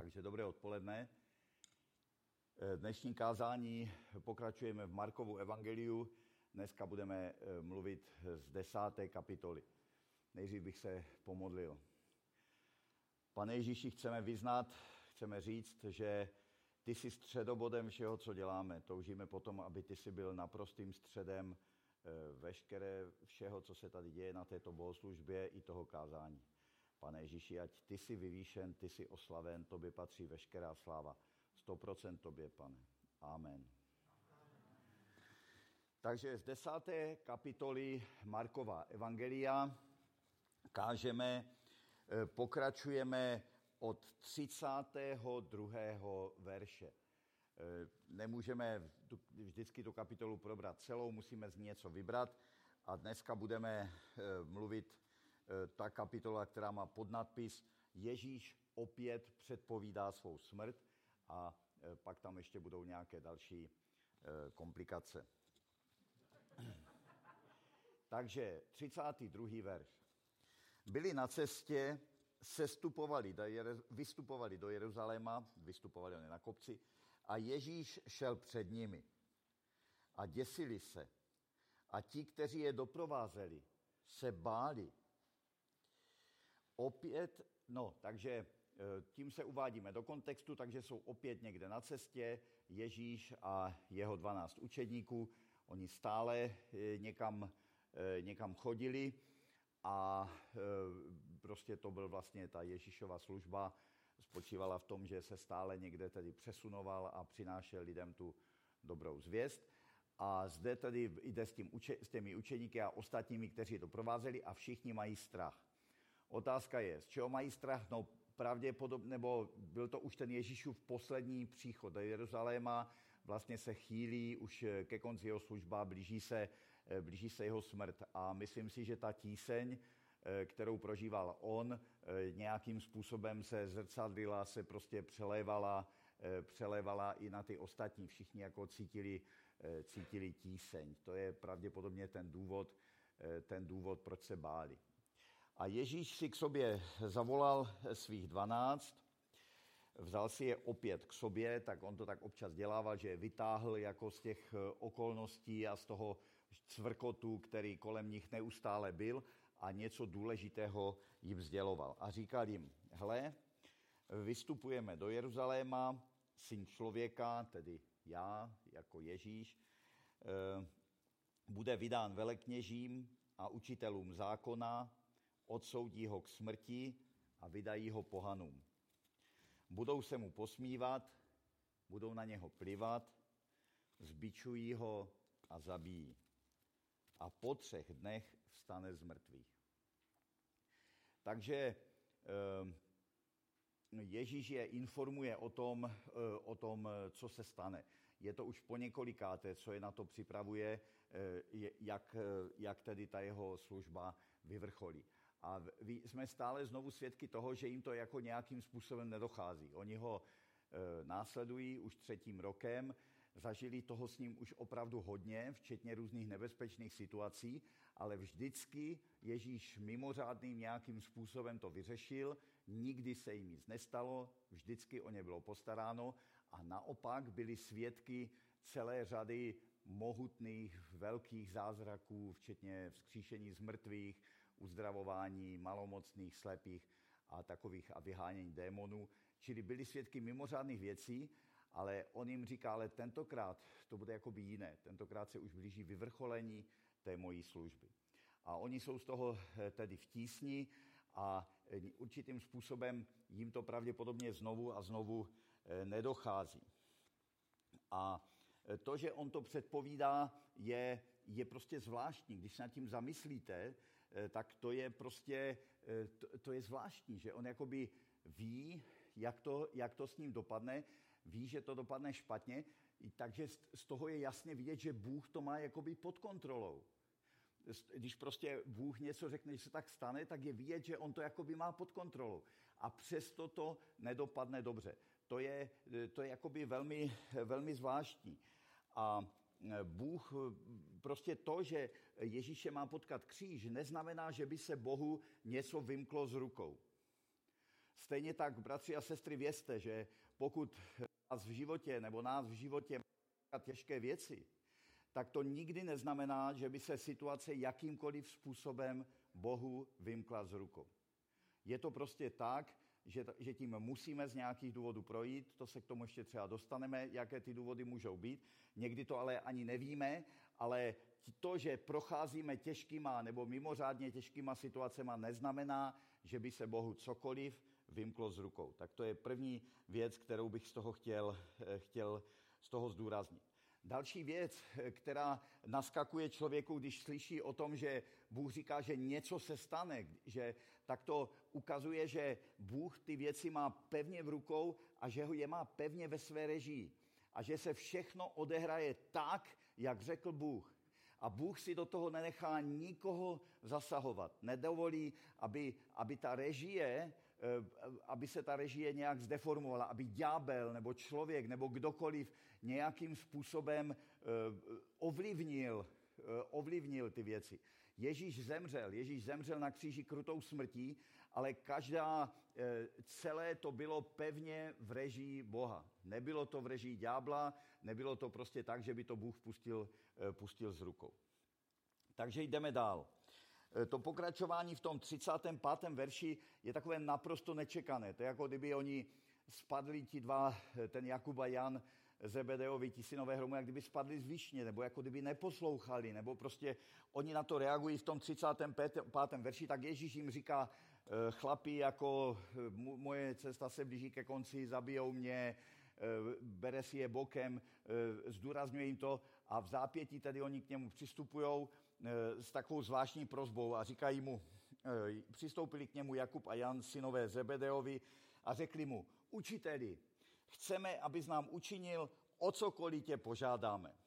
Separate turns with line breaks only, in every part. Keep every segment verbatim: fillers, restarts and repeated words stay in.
Takže dobré odpoledne. Dnešní kázání pokračujeme v Markovu evangeliu. Dneska budeme mluvit z desáté kapitoly. Nejdřív bych se pomodlil. Pane Ježíši, chceme vyznat, chceme říct, že ty jsi středobodem všeho, co děláme. Toužíme potom, aby ty jsi byl naprostým středem veškeré všeho, co se tady děje na této bohoslužbě i toho kázání. Pane Ježíši, ať ty jsi vyvýšen, ty jsi oslaven, tobě patří veškerá sláva. sto procent tobě, Pane. Amen. Takže z desáté kapitoly Markova evangelia kážeme, pokračujeme od třicátého druhého verše. Nemůžeme vždycky tu kapitolu probrat celou, musíme z ní něco vybrat a dneska budeme mluvit ta kapitola, která má podnadpis Ježíš opět předpovídá svou smrt a pak tam ještě budou nějaké další komplikace. Takže třicátý druhý verš. Byli na cestě, sestupovali do Jere, vystupovali do Jeruzaléma, vystupovali oni na kopci, a Ježíš šel před nimi. A děsili se. A ti, kteří je doprovázeli, se báli. Opět, no, takže tím se uvádíme do kontextu, takže jsou opět někde na cestě Ježíš a jeho dvanáct učedníků. Oni stále někam, někam chodili a prostě to byl vlastně ta Ježíšova služba, spočívala v tom, že se stále někde tedy přesunoval a přinášel lidem tu dobrou zvěst. A zde tedy jde s, tím, s těmi učeníky a ostatními, kteří to provázeli a všichni mají strach. Otázka je, z čeho mají strach? No pravděpodobně, nebo byl to už ten Ježíšův poslední příchod do Jeruzaléma, vlastně se chýlí už ke konci jeho služba, blíží se, blíží se jeho smrt. A myslím si, že ta tíseň, kterou prožíval on, nějakým způsobem se zrcadlila, se prostě přelévala, přelévala i na ty ostatní. Všichni jako cítili, cítili tíseň. To je pravděpodobně ten důvod, ten důvod, proč se báli. A Ježíš si k sobě zavolal svých dvanáct, vzal si je opět k sobě, tak on to tak občas dělával, že je vytáhl jako z těch okolností a z toho cvrkotu, který kolem nich neustále byl, a něco důležitého jim sděloval. A říkal jim, hele, vystupujeme do Jeruzaléma, syn člověka, tedy já jako Ježíš, bude vydán velekněžím a učitelům zákona, odsoudí ho k smrti a vydají ho pohanům. Budou se mu posmívat, budou na něho plivat, zbičují ho a zabijí. A po třech dnech vstane z mrtvých. Takže Ježíš je informuje o tom, o tom, co se stane. Je to už po několikáté, co je na to připravuje, jak, jak tedy ta jeho služba vyvrcholí. A jsme stále znovu svědky toho, že jim to jako nějakým způsobem nedochází. Oni ho následují už třetím rokem, zažili toho s ním už opravdu hodně, včetně různých nebezpečných situací, ale vždycky Ježíš mimořádným nějakým způsobem to vyřešil, nikdy se jim nic nestalo, vždycky o ně bylo postaráno a naopak byli svědky celé řady mohutných, velkých zázraků, včetně vzkříšení z mrtvých, uzdravování malomocných, slepých a takových a vyhánění démonů. Čili byli svědky mimořádných věcí, ale on jim říká, ale tentokrát to bude jakoby jiné. Tentokrát se už blíží vyvrcholení té mojí služby. A oni jsou z toho tedy v tísni a určitým způsobem jim to pravděpodobně znovu a znovu nedochází. A to, že on to předpovídá, je, je prostě zvláštní. Když se nad tím zamyslíte, tak to je prostě, to, to je zvláštní, že on jakoby ví, jak to, jak to s ním dopadne, ví, že to dopadne špatně, takže z toho je jasně vidět, že Bůh to má jakoby pod kontrolou. Když prostě Bůh něco řekne, že se tak stane, tak je vidět, že on to jakoby má pod kontrolou. A přesto to nedopadne dobře. To je, to je jakoby velmi, velmi zvláštní. A Bůh, prostě to, že Ježíše má potkat kříž, neznamená, že by se Bohu něco vymklo z rukou. Stejně tak, bratři a sestry, vězte, že pokud nás v životě nebo nás v životě má těžké věci, tak to nikdy neznamená, že by se situace jakýmkoliv způsobem Bohu vymkla z rukou. Je to prostě tak, že, že tím musíme z nějakých důvodů projít, to se k tomu ještě třeba dostaneme, jaké ty důvody můžou být. Někdy to ale ani nevíme, ale to, že procházíme těžkýma nebo mimořádně těžkýma situacema, neznamená, že by se Bohu cokoliv vymklo z rukou. Tak to je první věc, kterou bych z toho chtěl, chtěl z toho zdůraznit. Další věc, která naskakuje člověku, když slyší o tom, že Bůh říká, že něco se stane, že tak to ukazuje, že Bůh ty věci má pevně v rukou a že ho je má pevně ve své režii. A že se všechno odehraje tak, jak řekl Bůh. A Bůh si do toho nenechá nikoho zasahovat. Nedovolí, aby, aby ta režie, aby se ta režie nějak zdeformovala, aby ďábel nebo člověk nebo kdokoliv nějakým způsobem ovlivnil, ovlivnil ty věci. Ježíš zemřel, Ježíš zemřel na kříži krutou smrtí, ale každá, celé to bylo pevně v režii Boha. Nebylo to v režii ďábla, nebylo to prostě tak, že by to Bůh pustil, pustil z rukou. Takže jdeme dál. To pokračování v tom třicátém pátém verši je takové naprosto nečekané. To je jako kdyby oni spadli ti dva, ten Jakub a Jan, Zebedeovi, ti synové hromu, jak kdyby spadli z višně, nebo jako kdyby neposlouchali, nebo prostě oni na to reagují v tom třicátém pátém verši, tak Ježíš jim říká, chlapi, jako moje cesta se blíží ke konci, zabijou mě, bere si je bokem, zdůrazňuje jim to a v zápětí tedy oni k němu přistupujou s takovou zvláštní prosbou a říkají mu, přistoupili k němu Jakub a Jan, synové Zebedeovi a řekli mu, učiteli, chceme, abys nám učinil, o cokoliv tě požádáme.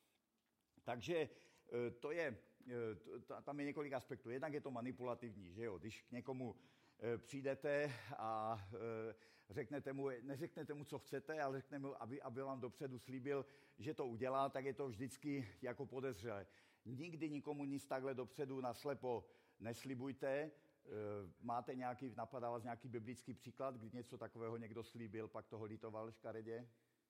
Takže to je, tam je několik aspektů. Jednak je to manipulativní, že jo? Když k někomu přijdete a řeknete mu, neřeknete mu, co chcete, ale řeknete mu, aby, aby vám dopředu slíbil, že to udělá, tak je to vždycky jako podezřelé. Nikdy nikomu nic takhle dopředu naslepo neslibujte. Máte nějaký, napadá vás nějaký biblický příklad, kdy něco takového někdo slíbil, pak toho litoval škaredě?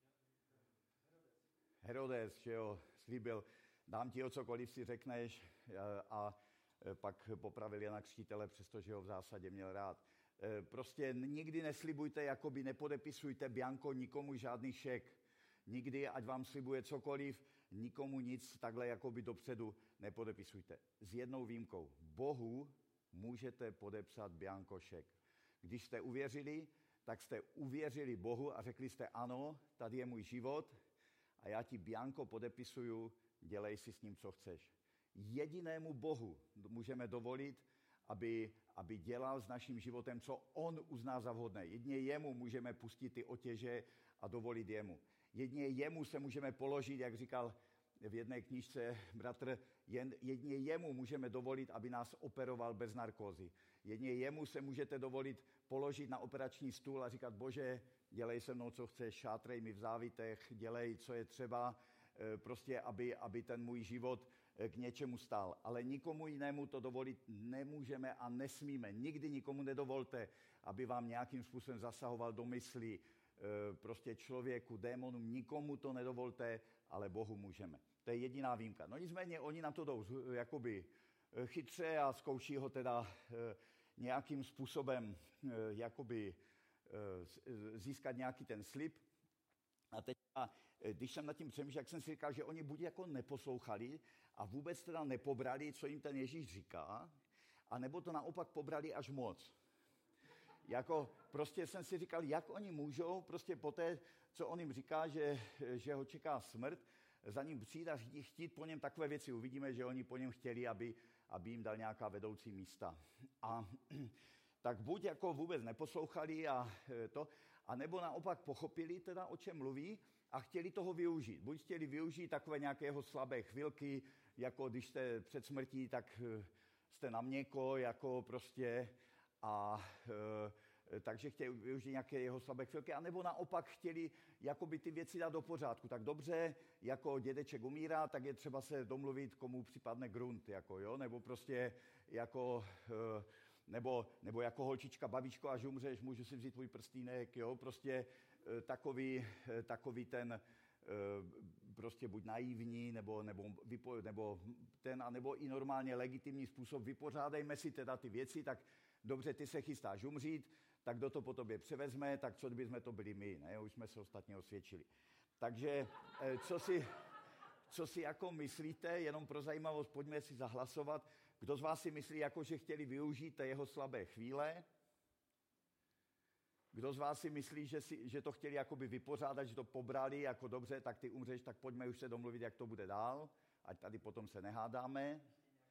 Herodes, že jo, slíbil, dám ti o cokoliv si řekneš a, a pak popravil Jana Křtitele, přestože ho v zásadě měl rád. Prostě nikdy neslibujte, jakoby nepodepisujte bianko nikomu žádný šek. Nikdy, ať vám slibuje cokoliv, nikomu nic takhle jakoby dopředu nepodepisujte. S jednou výjimkou. Bohu můžete podepsat bianko šek. Když jste uvěřili, tak jste uvěřili Bohu a řekli jste ano, tady je můj život a já ti bianko podepisuju, dělej si s ním, co chceš. Jedinému Bohu můžeme dovolit, aby, aby dělal s naším životem, co on uzná za vhodné. Jedině jemu můžeme pustit ty otěže a dovolit jemu. Jedině jemu se můžeme položit, jak říkal v jedné knížce bratr, jen, jedině jemu můžeme dovolit, aby nás operoval bez narkózy. Jedině jemu se můžete dovolit položit na operační stůl a říkat, Bože, dělej se mnou, co chceš, šátrej mi v závitech, dělej, co je třeba, prostě, aby, aby ten můj život k něčemu stál. Ale nikomu jinému to dovolit nemůžeme a nesmíme. Nikdy nikomu nedovolte, aby vám nějakým způsobem zasahoval do mysli, prostě člověku, démonům, nikomu to nedovolte, ale Bohu můžeme. To je jediná výjimka. No nicméně oni na to jdou jakoby chytře a zkouší ho teda nějakým způsobem jakoby získat nějaký ten slib. A teď, když jsem nad tím přemýšlel, jak jsem si říkal, že oni buď jako neposlouchali a vůbec teda nepobrali, co jim ten Ježíš říká, anebo to naopak pobrali až moc. Jako prostě jsem si říkal, jak oni můžou prostě poté, co on jim říká, že, že ho čeká smrt, za ním přijít a chtít po něm takové věci. Uvidíme, že oni po něm chtěli, aby, aby jim dal nějaká vedoucí místa. A tak buď jako vůbec neposlouchali a to, anebo naopak pochopili teda, o čem mluví a chtěli toho využít. Buď chtěli využít takové nějaké jeho slabé chvilky, jako když jste před smrtí, tak jste na měko, jako prostě a e, takže chtěli využít nějaké jeho slabé chvilky, anebo naopak chtěli jakoby ty věci dát do pořádku. Tak dobře, jako dědeček umírá, tak je třeba se domluvit, komu připadne grunt, jako, jo? Nebo prostě jako nebo, nebo jako holčička, babičko, až umřeš, můžu si vzít tvůj prstýnek, jo, prostě takový, takový ten prostě buď naivní, nebo, nebo, vypo, nebo ten, nebo i normálně legitimní způsob, vypořádejme si teda ty věci, tak dobře, ty se chystáš umřít, tak kdo to po tobě převezme, tak co kdybychom to byli my, ne, už jsme se ostatně osvědčili. Takže co si, co si jako myslíte, jenom pro zajímavost, pojďme si zahlasovat, kdo z vás si myslí, jako že chtěli využít té jeho slabé chvíle? Kdo z vás si myslí, že, si, že to chtěli jakoby vypořádat, že to pobrali, jako dobře, tak ty umřeš, tak pojďme už se domluvit, jak to bude dál, ať tady potom se nehádáme.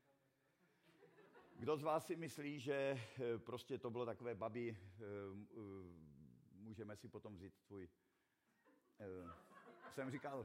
Kdo z vás si myslí, že prostě to bylo takové babi, můžeme si potom vzít tvůj... Jsem říkal...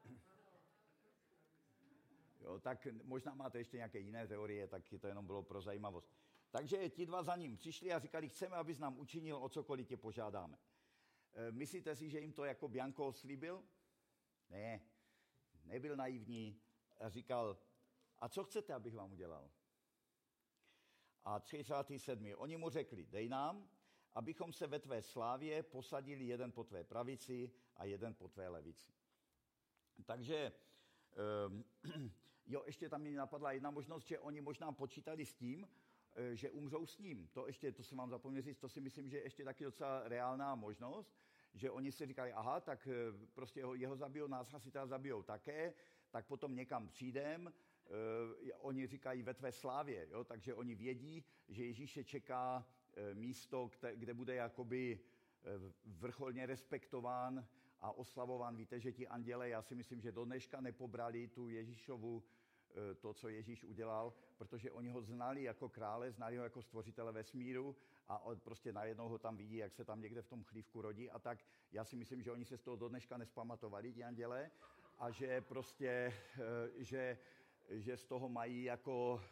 Jo, tak možná máte ještě nějaké jiné teorie, tak to jenom bylo pro zajímavost. Takže ti dva za ním přišli a říkali, chceme, abys nám učinil, o cokoliv tě požádáme. E, myslíte si, že jim to jako Bianco slíbil? Ne, nebyl naivní a říkal, a co chcete, abych vám udělal? A třicátý sedmý Oni mu řekli, dej nám, abychom se ve tvé slávě posadili jeden po tvé pravici a jeden po tvé levici. Takže... Um, jo, ještě tam mi napadla jedna možnost, že oni možná počítali s tím, že umřou s ním. To ještě, to jsem vám zapomněl říct, to si myslím, že je ještě taky docela reálná možnost, že oni si říkali, aha, tak prostě jeho, jeho zabijou, nás asi teda zabijou také, tak potom někam přijdem, uh, oni říkají ve tvé slávě, jo, takže oni vědí, že Ježíše čeká uh, místo, kde, kde bude jakoby uh, vrcholně respektován a oslavován. Víte, že ti anděle, já si myslím, že do dneška nepobrali tu Ježíšovu, to, co Ježíš udělal, protože oni ho znali jako krále, znali ho jako stvořitele vesmíru a prostě najednou ho tam vidí, jak se tam někde v tom chlívku rodí a tak. Já si myslím, že oni se z toho do dneška nespamatovali, ti anděle, a že prostě, že, že z toho mají jako...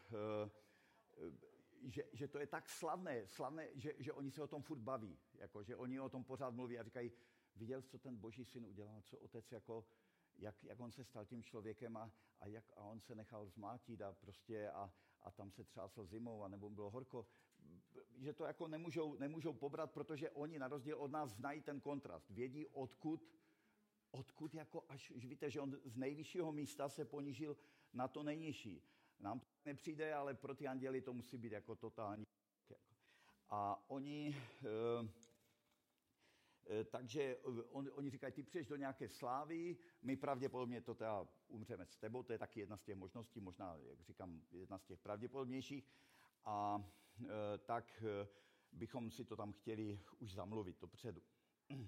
Že, že to je tak slavné, slavné že, že oni se o tom furt baví, jako, že oni o tom pořád mluví a říkají, viděl jsi, co ten boží syn udělal, co otec, jako, jak, jak on se stal tím člověkem a, a, jak, a on se nechal zmátit a, prostě, a, a tam se třásl zimou a nebo bylo horko. Že to jako nemůžou, nemůžou pobrat, protože oni na rozdíl od nás znají ten kontrast. Vědí, odkud, odkud jako až, víte, že on z nejvyššího místa se ponížil na to nejnižší. Nám to nepřijde, ale pro ty anděly to musí být jako totální. A oni... E, Takže on, oni říkají, ty přijdeš do nějaké slávy, my pravděpodobně to teda umřeme s tebou, to je taky jedna z těch možností, možná, jak říkám, jedna z těch pravděpodobnějších. A e, tak e, bychom si to tam chtěli už zamluvit dopředu. E,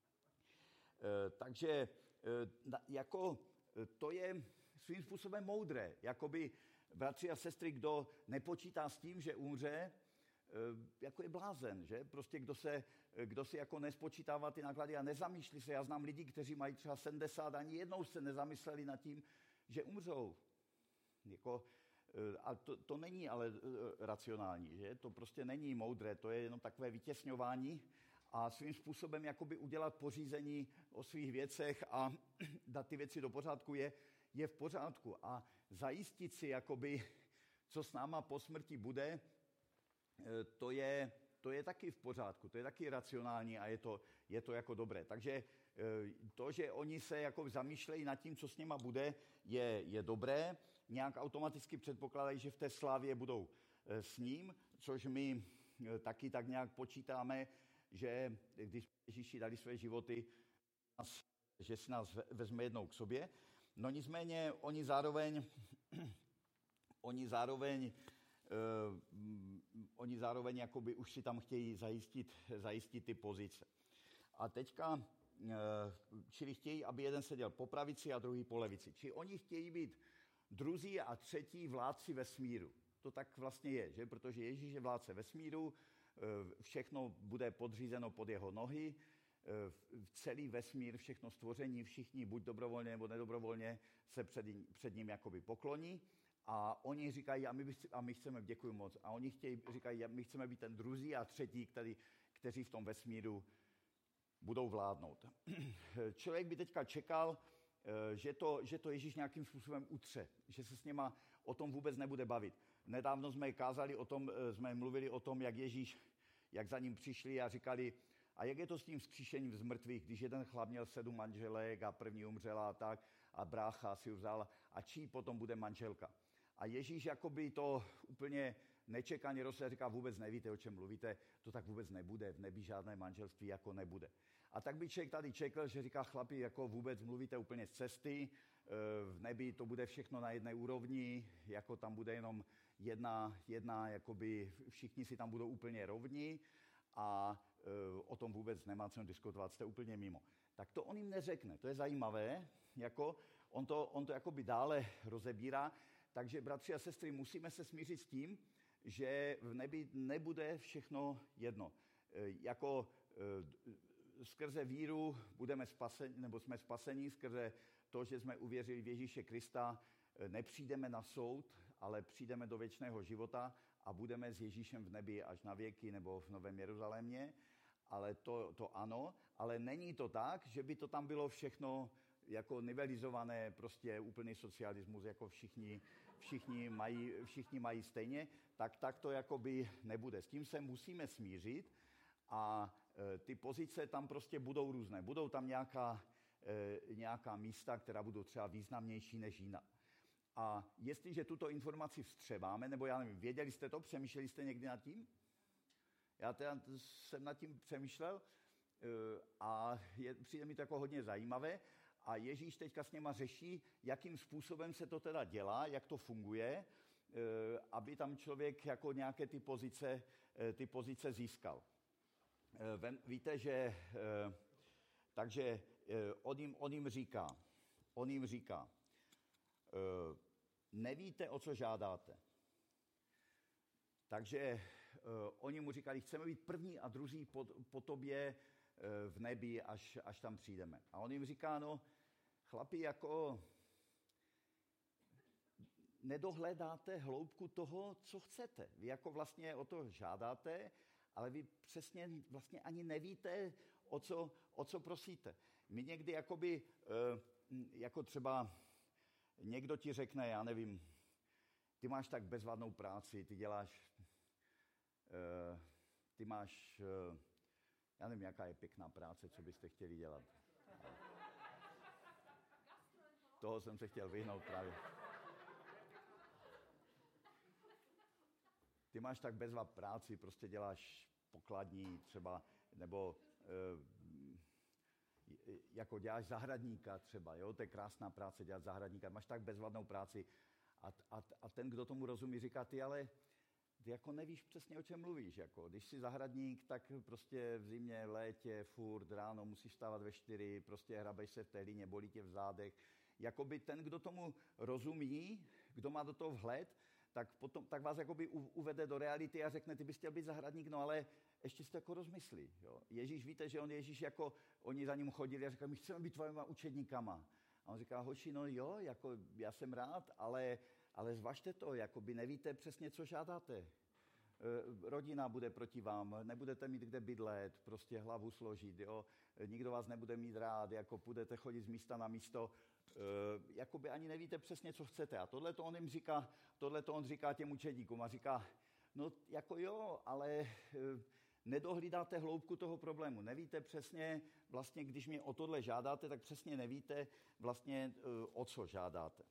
takže e, jako to je svým způsobem moudré. Jakoby bratři a sestry, kdo nepočítá s tím, že umře, jako je blázen, že? Prostě kdo, se, kdo si jako nespočítává ty náklady a nezamýšlí se. Já znám lidi, kteří mají třeba sedmdesát, ani jednou se nezamysleli nad tím, že umřou. Jako, a to, to není ale racionální, že? To prostě není moudré, to je jenom takové vytěsňování a svým způsobem jakoby udělat pořízení o svých věcech a dát ty věci do pořádku je, je v pořádku. A zajistit si, jakoby, co s náma po smrti bude, To je, to je taky v pořádku, to je taky racionální a je to, je to jako dobré. Takže to, že oni se jako zamýšlejí nad tím, co s nima bude, je, je dobré. Nějak automaticky předpokládají, že v té slávě budou s ním, což my taky tak nějak počítáme, že když Ježíši dali své životy, že si nás vezme jednou k sobě. No nicméně oni zároveň, oni zároveň Uh, oni zároveň jakoby už si tam chtějí zajistit, zajistit ty pozice. A teďka, uh, čili chtějí, aby jeden seděl po pravici a druhý po levici. Čili oni chtějí být druzí a třetí vládci vesmíru. To tak vlastně je, že? Protože Ježíš je vládce vesmíru, uh, všechno bude podřízeno pod jeho nohy, uh, celý vesmír, všechno stvoření, všichni buď dobrovolně nebo nedobrovolně se před, před ním jakoby pokloní. A oni říkají, a my, a my chceme, děkuji moc, a oni chtějí, říkají, my chceme být ten druzí a třetí, který, kteří v tom vesmíru budou vládnout. Člověk by teďka čekal, že to, že to Ježíš nějakým způsobem utře, že se s něma o tom vůbec nebude bavit. nedávno jsme kázali o tom, jsme mluvili o tom, jak Ježíš, jak za ním přišli a říkali, a jak je to s tím vzkříšením z mrtvých, když jeden chlap měl sedm manželek a první umřela a tak a brácha si ji vzal a čí potom bude manželka. A Ježíš jakoby to úplně nečekaně rozsvět říká, vůbec nevíte, o čem mluvíte, to tak vůbec nebude, v nebi žádné manželství jako nebude. A tak by člověk tady čekal, že říká, chlapi, jako vůbec mluvíte úplně z cesty, v nebi to bude všechno na jedné úrovni, jako tam bude jenom jedna, jedna jakoby všichni si tam budou úplně rovní a o tom vůbec nemá co diskutovat, jste úplně mimo. Tak to on jim neřekne, to je zajímavé, jako on to, on to jakoby dále rozebírá, takže bratři a sestry, musíme se smířit s tím, že v nebi nebude všechno jedno. Jako skrze víru budeme spaseni, nebo jsme spaseni, skrze to, že jsme uvěřili v Ježíše Krista, nepřijdeme na soud, ale přijdeme do věčného života a budeme s Ježíšem v nebi až na věky nebo v Novém Jeruzalémě, ale to, to ano, ale není to tak, že by to tam bylo všechno jako nivelizované, prostě úplný socialismus, jako všichni, všichni, mají, všichni mají stejně, tak, tak to jakoby nebude. S tím se musíme smířit a e, ty pozice tam prostě budou různé. Budou tam nějaká, e, nějaká místa, která budou třeba významnější než jiná. A jestliže tuto informaci vstřebáme, nebo já nevím, věděli jste to, přemýšleli jste někdy nad tím? Já teda jsem nad tím přemýšlel e, a je, přijde mi to jako hodně zajímavé. A Ježíš teďka s něma řeší, jakým způsobem se to teda dělá, jak to funguje, aby tam člověk jako nějaké ty pozice, ty pozice získal. Víte, že takže on jim, on jim říká, on jim říká, nevíte, o co žádáte. Takže oni mu říkali, chceme být první a druzí po, po tobě v nebi, až, až tam přijdeme. A on jim říká, no, chlapi, jako nedohledáte hloubku toho, co chcete. Vy jako vlastně o to žádáte, ale vy přesně vlastně ani nevíte, o co, o co prosíte. My někdy jakoby, jako třeba někdo ti řekne, já nevím, ty máš tak bezvadnou práci, ty děláš, ty máš, já nevím, jaká je pěkná práce, co byste chtěli dělat. Toho jsem se chtěl vyhnout právě. Ty máš tak bezva práci, prostě děláš pokladní třeba, nebo e, jako děláš zahradníka třeba, jo, to je krásná práce dělat zahradníka, máš tak bezvadnou práci a, a, a ten, kdo tomu rozumí, říká, ty ale ty jako nevíš přesně, o čem mluvíš, jako když jsi zahradník, tak prostě v zimě, v létě, furt, ráno musíš vstávat ve čtyři, prostě hrabeš se v té hlíně, bolí tě v zádech. Jakoby ten, kdo tomu rozumí, kdo má do toho vhled, tak, potom, tak vás jakoby uvede do reality a řekne, ty bys chtěl být zahradník, no ale ještě si to jako rozmyslí. Jo. Ježíš, víte, že on Ježíš jako, oni za ním chodili a říkali, my chceme být tvojima učedníkama. A on říká, hoši, no jo, jako já jsem rád, ale, ale zvažte to, jakoby nevíte přesně, co žádáte. Rodina bude proti vám, nebudete mít kde bydlet, prostě hlavu složit, jo. Nikdo vás nebude mít rád, jako budete chodit z místa na místo, jakoby ani nevíte přesně, co chcete. A tohle to on jim říká, tohle to on říká těm učedníkům a říká, no jako jo, ale nedohlídáte hloubku toho problému. Nevíte přesně, vlastně, když mě o tohle žádáte, tak přesně nevíte vlastně, o co žádáte.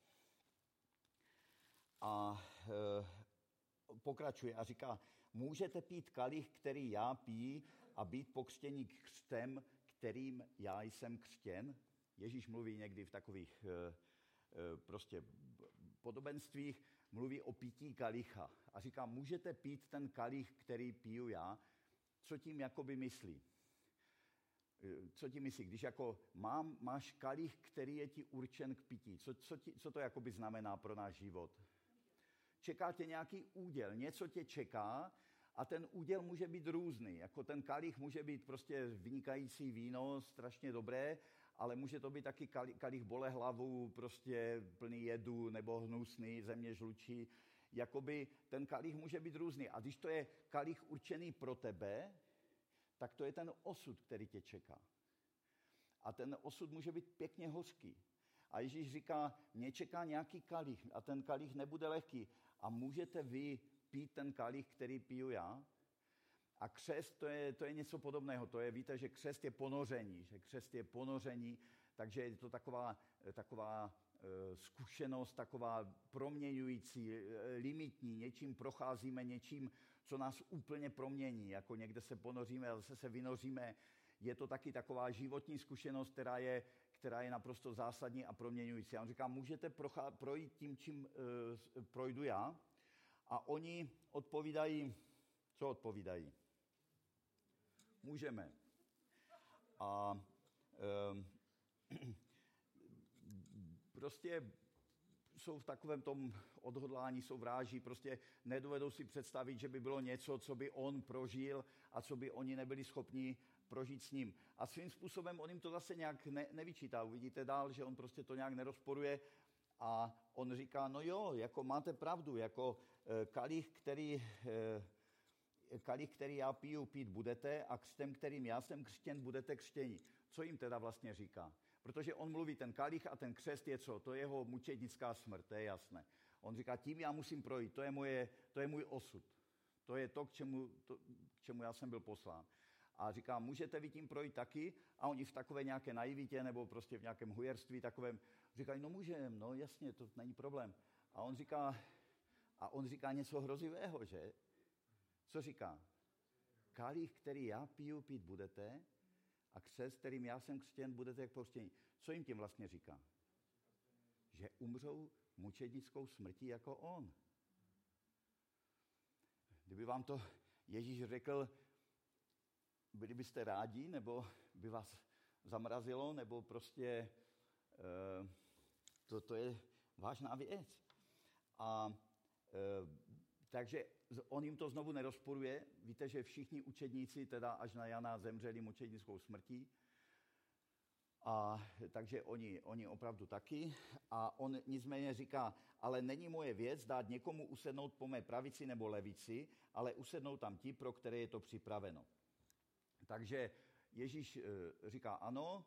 A pokračuje a říká, můžete pít kalich, který já pí a být pokřtěni křtem, kterým já jsem křtěn? Ježíš mluví někdy v takových prostě podobenstvích, mluví o pití kalicha a říká, můžete pít ten kalich, který piju já? Co tím jakoby myslí? Co tím myslí? Když jako mám, máš kalich, který je ti určen k pití, co, co, ti, co to jakoby znamená pro náš život? Čeká tě nějaký úděl, něco tě čeká a ten úděl může být různý. Jako ten kalich může být prostě vynikající víno, strašně dobré, ale může to být taky kalich bolehlavu, prostě plný jedu nebo hnusný, země žlučí. Jakoby ten kalich může být různý. A když to je kalich určený pro tebe, tak to je ten osud, který tě čeká. A ten osud může být pěkně hořký. A Ježíš říká, mě čeká nějaký kalich a ten kalich nebude lehký. a můžete vy pít ten kalich, který piju já? A křest, to je, to je něco podobného. To je, víte, že křest je ponoření, že křest je ponoření, takže je to taková, taková e, zkušenost, taková proměňující, e, limitní, něčím procházíme, něčím, co nás úplně promění, jako někde se ponoříme a zase se vynoříme. Je to taky taková životní zkušenost, která je, která je naprosto zásadní a proměňující. A on říká, můžete prochá, projít tím, čím e, projdu já? A oni odpovídají, co odpovídají? Můžeme. A e, prostě jsou v takovém tom odhodlání, jsou vráží, prostě nedovedou si představit, že by bylo něco, co by on prožil a co by oni nebyli schopni prožít s ním. A svým způsobem on jim to zase nějak ne, nevyčítá. Uvidíte dál, že on prostě to nějak nerozporuje a on říká, no jo, jako máte pravdu, jako e, kalich, který... E, kalich, který já piju, pít budete a křtem, kterým já jsem křtěn, budete křtěni. Co jim teda vlastně říká? Protože on mluví, ten kalich a ten křest je co? To je jeho mučednická smrt, to je jasné. On říká, tím já musím projít, to je, moje, to je můj osud. To je to k, čemu, to, k čemu já jsem byl poslán. A říká, můžete vy tím projít taky? A oni v takové nějaké naivitě nebo prostě v nějakém hujerství takovém říkají, no můžeme, no jasně, to není problém. A on říká, a on říká něco hrozivého, že? Co říká? Kalich, který já piju, pít budete a křest, kterým já jsem křtěn, budete jak pohřtěni. Co jim tím vlastně říká? Že umřou mučednickou smrtí jako on. Kdyby vám to Ježíš řekl, byli byste rádi, nebo by vás zamrazilo, nebo prostě e, to, to je vážná věc. A e, takže on jim to znovu nerozporuje. Víte, že všichni učedníci, teda až na Jana, zemřeli mučednickou smrtí. A takže oni, oni opravdu taky. A on nicméně říká, ale není moje věc dát někomu usednout po mé pravici nebo levici, ale usednou tam ti, pro které je to připraveno. Takže Ježíš říká ano,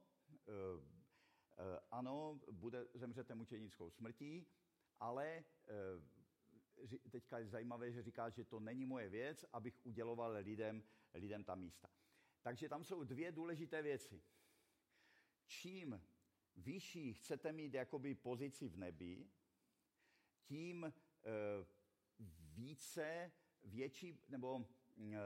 ano, bude, zemřete mučednickou smrtí, ale teďka je zajímavé, že říká, že to není moje věc, abych uděloval lidem, lidem ta místa. Takže tam jsou dvě důležité věci. Čím vyšší chcete mít jakoby pozici v nebi, tím e, více, větší, nebo e,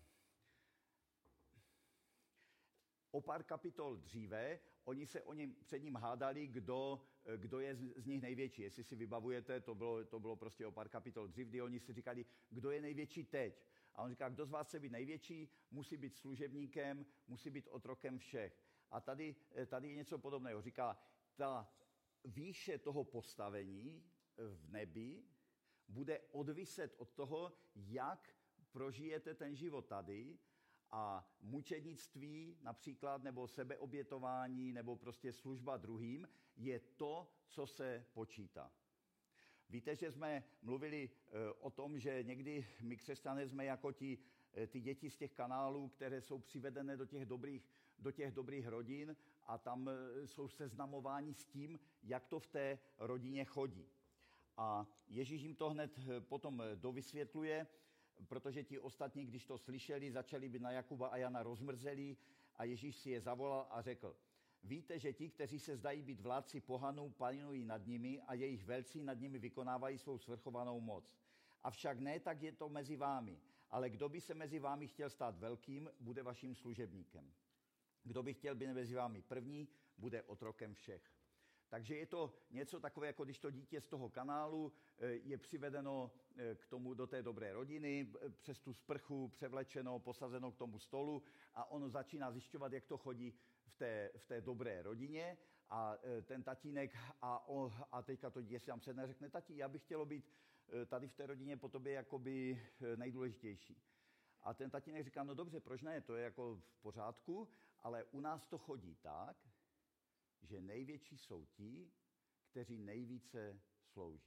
o pár kapitol dříve, oni se o něm, před ním hádali, kdo, kdo je z, z nich největší. Jestli si vybavujete, to bylo, to bylo prostě o pár kapitol dřív, kdy oni si říkali, kdo je největší teď. A on říká, kdo z vás chce být největší, musí být služebníkem, musí být otrokem všech. A tady, tady je něco podobného. Říká, ta výše toho postavení v nebi bude odviset od toho, jak prožijete ten život tady. A mučednictví například, nebo sebeobětování, nebo prostě služba druhým, je to, co se počítá. Víte, že jsme mluvili o tom, že někdy my křesťané jsme jako ti, ty děti z těch kanálů, které jsou přivedené do těch dobrých, do těch dobrých rodin a tam jsou seznamováni s tím, jak to v té rodině chodí. A Ježíš jim to hned potom dovysvětluje, protože ti ostatní, když to slyšeli, začali být na Jakuba a Jana rozmrzelí a Ježíš si je zavolal a řekl, víte, že ti, kteří se zdají být vládci pohanů, panují nad nimi a jejich velcí nad nimi vykonávají svou svrchovanou moc. Avšak ne, tak je to mezi vámi. Ale kdo by se mezi vámi chtěl stát velkým, bude vaším služebníkem. Kdo by chtěl být mezi vámi první, bude otrokem všech. Takže je to něco takové, jako když to dítě z toho kanálu je přivedeno k tomu do té dobré rodiny, přes tu sprchu převlečeno, posazeno k tomu stolu a ono začíná zjišťovat, jak to chodí v té, v té dobré rodině a ten tatínek a, o, a teďka to dítě si tam sedne a řekne, tati, já bych chtělo být tady v té rodině po tobě jakoby nejdůležitější. A ten tatínek říká, no dobře, proč ne, to je jako v pořádku, ale u nás to chodí tak, že největší jsou ti, kteří nejvíce slouží.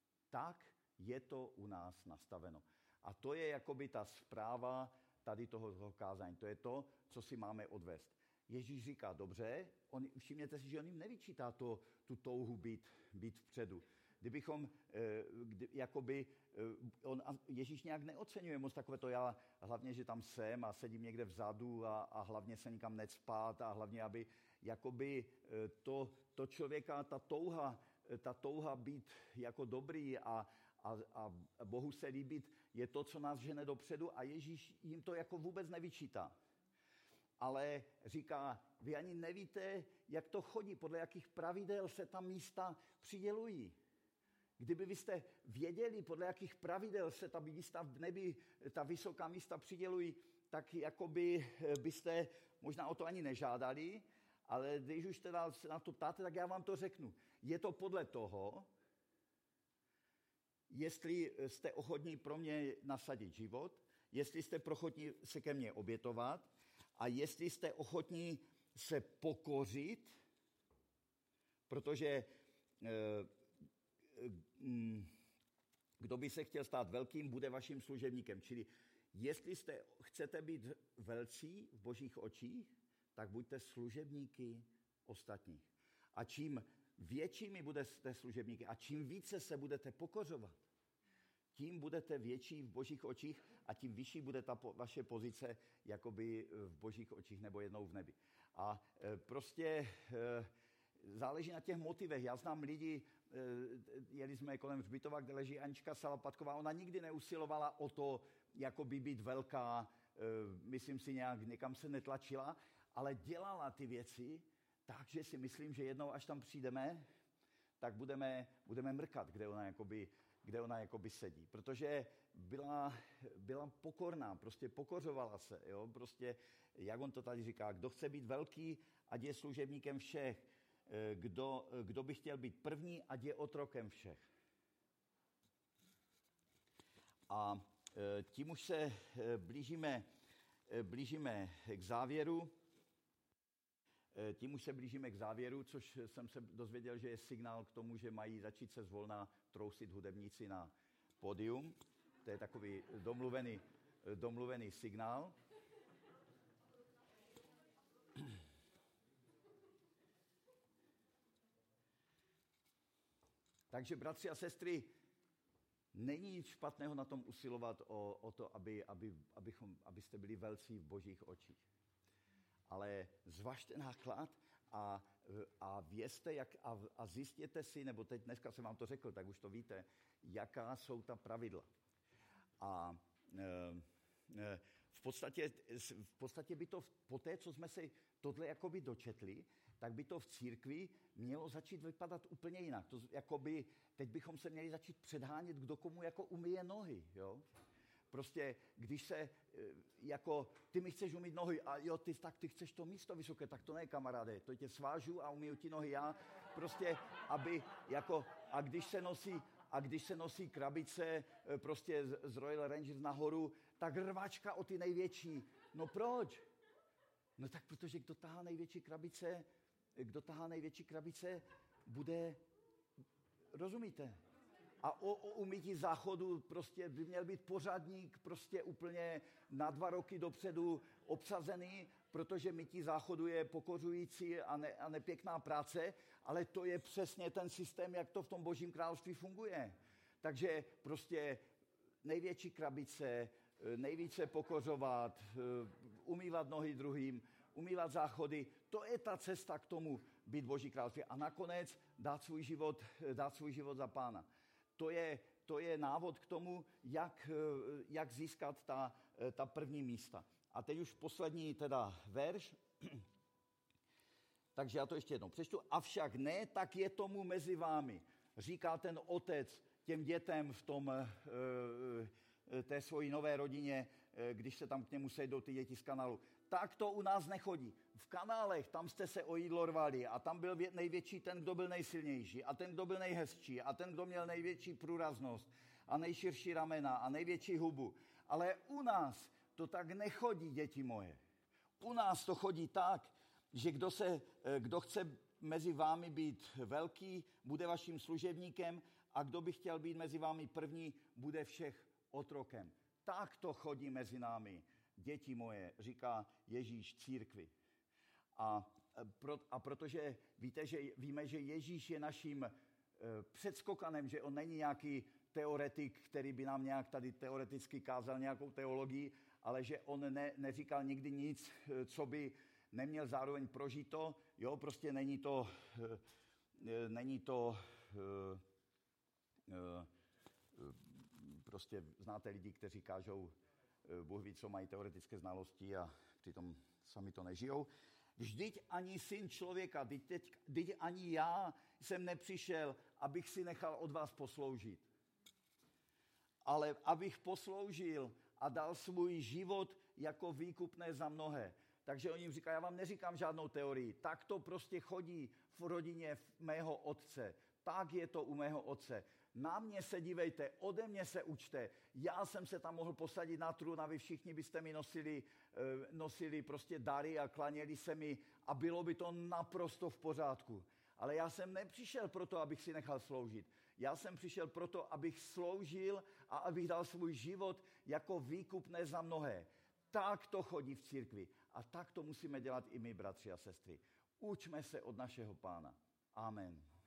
Tak je to u nás nastaveno. A to je jakoby ta zpráva tady toho, toho kázání. To je to, co si máme odvést. Ježíš říká, dobře, on, všimněte si, že on jim nevyčítá to, tu touhu být, být vpředu. kdybychom, kdy, jakoby, on, Ježíš nějak neocenuje moc takové to, já hlavně, že tam jsem a sedím někde vzadu a, a hlavně se nikam necpát a hlavně, aby jakoby to, to člověka, ta touha, ta touha být jako dobrý a, a, a Bohu se líbit, je to, co nás žene dopředu a Ježíš jim to jako vůbec nevyčítá. Ale říká, vy ani nevíte, jak to chodí, podle jakých pravidel se tam místa přidělují. Kdyby vy jste věděli, podle jakých pravidel se ta místa v nebi, ta vysoká místa přidělují, tak jakoby byste možná o to ani nežádali, ale když už teda se na to ptáte, tak já vám to řeknu. Je to podle toho, jestli jste ochotní pro mě nasadit život, jestli jste ochotní se ke mně obětovat a jestli jste ochotní se pokořit, protože kdo by se chtěl stát velkým, bude vaším služebníkem. Čili jestli jste, chcete být velcí v Božích očích, tak buďte služebníky ostatních. A čím většími budete služebníky a čím více se budete pokořovat, tím budete větší v Božích očích a tím vyšší bude ta po, vaše pozice jakoby v Božích očích nebo jednou v nebi. A e, prostě e, záleží na těch motivech. Já znám lidi, e, jeli jsme kolem hřbitova, kde leží Anička Salapatková, ona nikdy neusilovala o to, jakoby být velká, e, myslím si nějak, někam se netlačila, ale dělala ty věci, takže si myslím, že jednou, až tam přijdeme, tak budeme, budeme mrkat, kde ona jakoby, kde ona jakoby sedí. Protože byla, byla pokorná, prostě pokořovala se. Jo? Prostě, jak on to tady říká, kdo chce být velký, ať je služebníkem všech. Kdo, kdo by chtěl být první, ať je otrokem všech. A tím už se blížíme, blížíme k závěru. Tím už se blížíme k závěru, což jsem se dozvěděl, že je signál k tomu, že mají začít se zvolna trousit hudebníci na pódium. To je takový domluvený, domluvený signál. Takže, bratři a sestry, není nic špatného na tom usilovat o, o to, aby, aby, abychom, abyste byli velcí v Božích očích. Ale zvažte náklad a, a vězte jak, a, a zjistěte si, nebo teď dneska jsem vám to řekl, tak už to víte, jaká jsou ta pravidla. A e, e, v, podstatě, v podstatě by to po té, co jsme se tohle jakoby dočetli, tak by to v církvi mělo začít vypadat úplně jinak. To, jakoby, teď bychom se měli začít předhánět, kdo komu jako umyje nohy, jo? Prostě, když se, jako, ty mi chceš umýt nohy a jo, ty, tak ty chceš to místo vysoké, tak to ne, kamaráde, to tě svážu a umýju ti nohy já, prostě, aby, jako, a když se nosí, a když se nosí krabice prostě z, z Royal Rangers nahoru, tak rvačka o ty největší. No proč? No tak protože kdo tahá největší krabice, kdo tahá největší krabice, bude, rozumíte? A o, o umytí záchodu prostě by měl být pořadník prostě úplně na dva roky dopředu obsazený, protože mytí záchodu je pokořující a, ne, a nepěkná práce, ale to je přesně ten systém, jak to v tom Božím království funguje. Takže prostě největší krabice, nejvíce pokořovat, umývat nohy druhým, umývat záchody, to je ta cesta k tomu být Boží království. A nakonec dát svůj život, dát svůj život za Pána. To je, to je návod k tomu, jak, jak získat ta, ta první místa. A teď už poslední teda verš. Takže já to ještě jednou přečtu. Avšak ne, tak je tomu mezi vámi. Říká ten otec těm dětem v tom, té svojí nové rodině, když se tam k němu sejdou ty děti z kanálu. Tak to u nás nechodí. V kanálech, tam jste se o jídlo rvali a tam byl největší ten, kdo byl nejsilnější a ten, kdo byl nejhezčí a ten, kdo měl největší průraznost a nejširší ramena a největší hubu. Ale u nás to tak nechodí, děti moje. U nás to chodí tak, že kdo, se, kdo chce mezi vámi být velký, bude vaším služebníkem a kdo by chtěl být mezi vámi první, bude všech otrokem. Tak to chodí mezi námi. Děti moje, říká Ježíš církvi. A, pro, a protože víte, že víme, že Ježíš je naším, před skokanem, že on není nějaký teoretik, který by nám nějak tady teoreticky kázal nějakou teologii, ale že on ne, neříkal nikdy nic, co by neměl zároveň prožito. Jo, prostě není to, není to prostě znáte lidi, kteří kážou, Bůh ví, co mají teoretické znalosti a přitom sami to nežijou. Vždyť ani syn člověka, vždyť, vždyť ani já jsem nepřišel, abych si nechal od vás posloužit. Ale abych posloužil a dal svůj život jako výkupné za mnohé. Takže on jim říká, já vám neříkám žádnou teorii, tak to prostě chodí v rodině mého otce. Tak je to u mého otce. Na mě se dívejte, ode mě se učte. Já jsem se tam mohl posadit na trůn a vy všichni byste mi nosili, nosili prostě dary a klaněli se mi a bylo by to naprosto v pořádku. Ale já jsem nepřišel proto, abych si nechal sloužit. Já jsem přišel proto, abych sloužil a abych dal svůj život jako výkupné za mnohé. Tak to chodí v církvi a tak to musíme dělat i my, bratři a sestry. Učme se od našeho Pána. Amen.